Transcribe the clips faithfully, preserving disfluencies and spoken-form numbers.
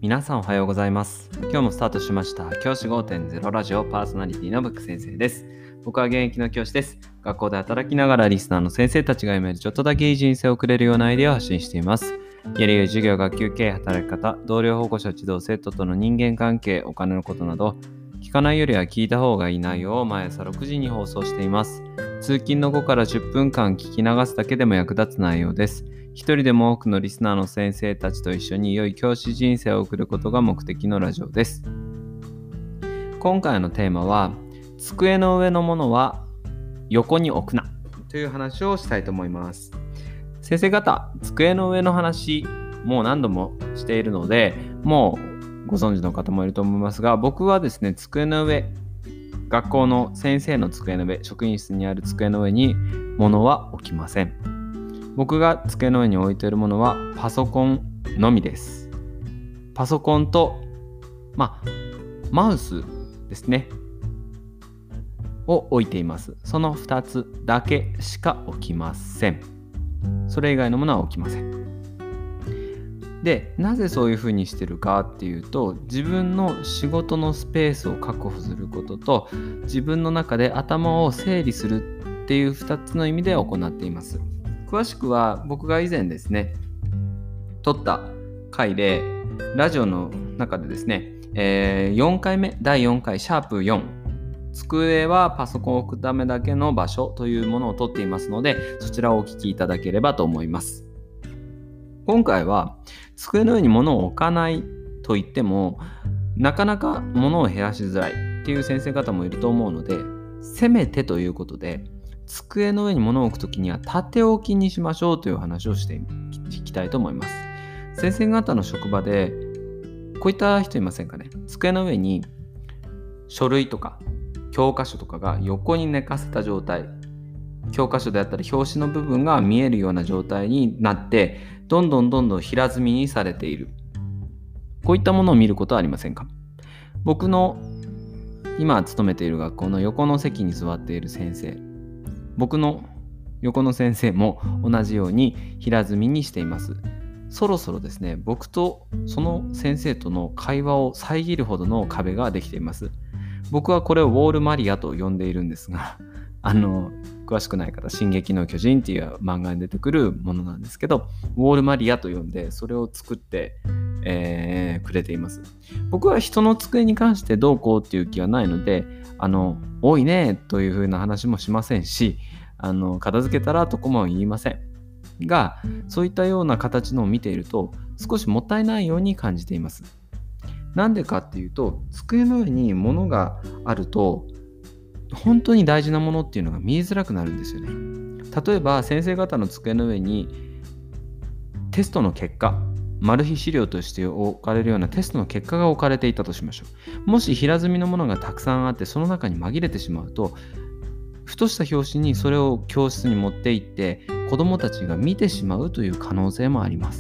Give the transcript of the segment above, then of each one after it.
皆さんおはようございます。今日もスタートしました教師 ごてんゼロ ラジオパーソナリティのブック先生です。僕は現役の教師です。学校で働きながらリスナーの先生たちが夢よりちょっとだけいい人生を送れるようなアイデアを発信しています。やりがい授業、学級経営、働き方、同僚、保護者、児童、生徒との人間関係、お金のことなど聞かないよりは聞いた方がいい内容を毎朝ろくじに放送しています。通勤の後からじゅっぷんかん聞き流すだけでも役立つ内容です。一人でも多くのリスナーの先生たちと一緒に良い教師人生を送ることが目的のラジオです。今回のテーマは、机の上のものは横に置くなという話をしたいと思います。先生方、机の上の話、もう何度もしているので、もうご存知の方もいると思いますが、僕はですね、机の上、学校の先生の机の上、職員室にある机の上に物は置きません。僕が机の上に置いているものはパソコンのみです。パソコンと、まあ、マウスですねを置いています。そのふたつだけしか置きません。それ以外のものは置きません。で、なぜそういうふうにしてるかっていうと、自分の仕事のスペースを確保することと、自分の中で頭を整理するっていうふたつの意味で行っています。詳しくは僕が以前ですね撮った回で、ラジオの中でですね、えー、よんかいめだいよんかいシャープよん、机はパソコンを置くためだけの場所というものを撮っていますので、そちらをお聞きいただければと思います。今回は机の上に物を置かないと言っても、なかなか物を減らしづらいっていう先生方もいると思うので、せめてということで、机の上に物を置くときには縦置きにしましょうという話をしていきたいと思います。先生方の職場でこういった人いませんかね。机の上に書類とか教科書とかが横に寝かせた状態、教科書であったり表紙の部分が見えるような状態になって、どんどんどんどん平積みにされている、こういったものを見ることはありませんか。僕の今勤めている学校の横の席に座っている先生、僕の横の先生も同じように平積みにしています。そろそろですね、僕とその先生との会話を遮るほどの壁ができています。僕はこれをウォールマリアと呼んでいるんですが、あの詳しくない方、進撃の巨人っていう漫画に出てくるものなんですけど、ウォールマリアと呼んでそれを作って、えー、くれています。僕は人の机に関してどうこうっていう気はないので、あの多いねというふうな話もしませんし、あの片付けたらとこも言いませんが、そういったような形のを見ていると少しもったいないように感じています。なんでかっていうと、机の上に物があると本当に大事なものっていうのが見えづらくなるんですよね。例えば先生方の机の上にテストの結果、マル秘資料として置かれるようなテストの結果が置かれていたとしましょう。もし平積みのものがたくさんあって、その中に紛れてしまうと、ふとした拍子にそれを教室に持って行って子どもたちが見てしまうという可能性もあります。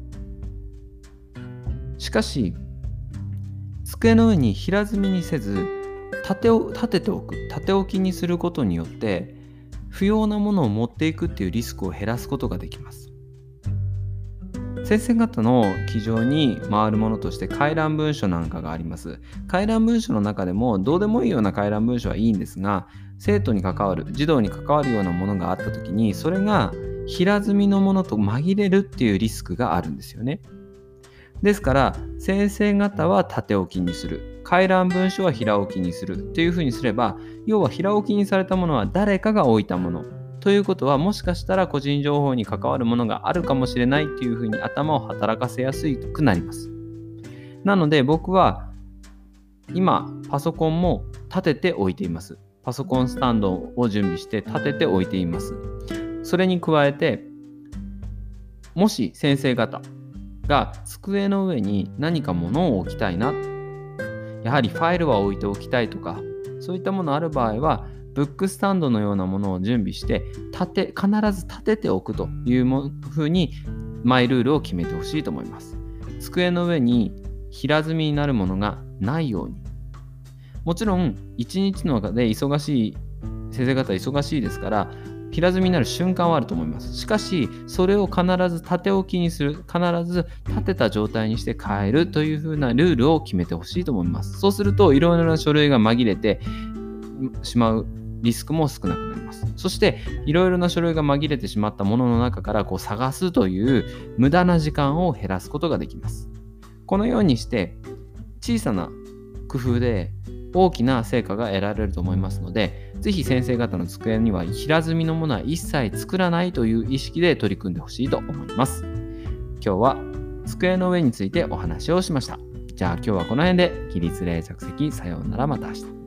しかし机の上に平積みにせず、縦を立てておく、縦置きにすることによって不要なものを持っていくっていうリスクを減らすことができます。先生方の机上に回るものとして回覧文書なんかがあります。回覧文書の中でもどうでもいいような回覧文書はいいんですが、生徒に関わる、児童に関わるようなものがあったときに、それが平積みのものと紛れるっていうリスクがあるんですよね。ですから先生方は縦置きにする、回覧文書は平置きにするっていうふうにすれば、要は平置きにされたものは誰かが置いたものということは、もしかしたら個人情報に関わるものがあるかもしれないっていうふうに頭を働かせやすくなります。なので僕は今パソコンも立てて置いています。パソコンスタンドを準備して立てて置いています。それに加えて、もし先生方が机の上に何か物を置きたいな、やはりファイルは置いておきたいとか、そういったものある場合はブックスタンドのようなものを準備して立て必ず立てておくというふうにマイルールを決めてほしいと思います。机の上に平積みになるものがないように。もちろん一日の中で忙しい先生方忙しいですから、 平積みになる瞬間はあると思います。しかしそれを必ず縦置きにする、必ず立てた状態にして変えるというふうなルールを決めてほしいと思います。そうするといろいろな書類が紛れてしまうリスクも少なくなります。そしていろいろな書類が紛れてしまったものの中からこう探すという無駄な時間を減らすことができます。このようにして小さな工夫で大きな成果が得られると思いますので、ぜひ先生方の机には平積みのものは一切作らないという意識で取り組んでほしいと思います。今日は机の上についてお話をしました。じゃあ今日はこの辺で。起立例着席、さようなら、また明日。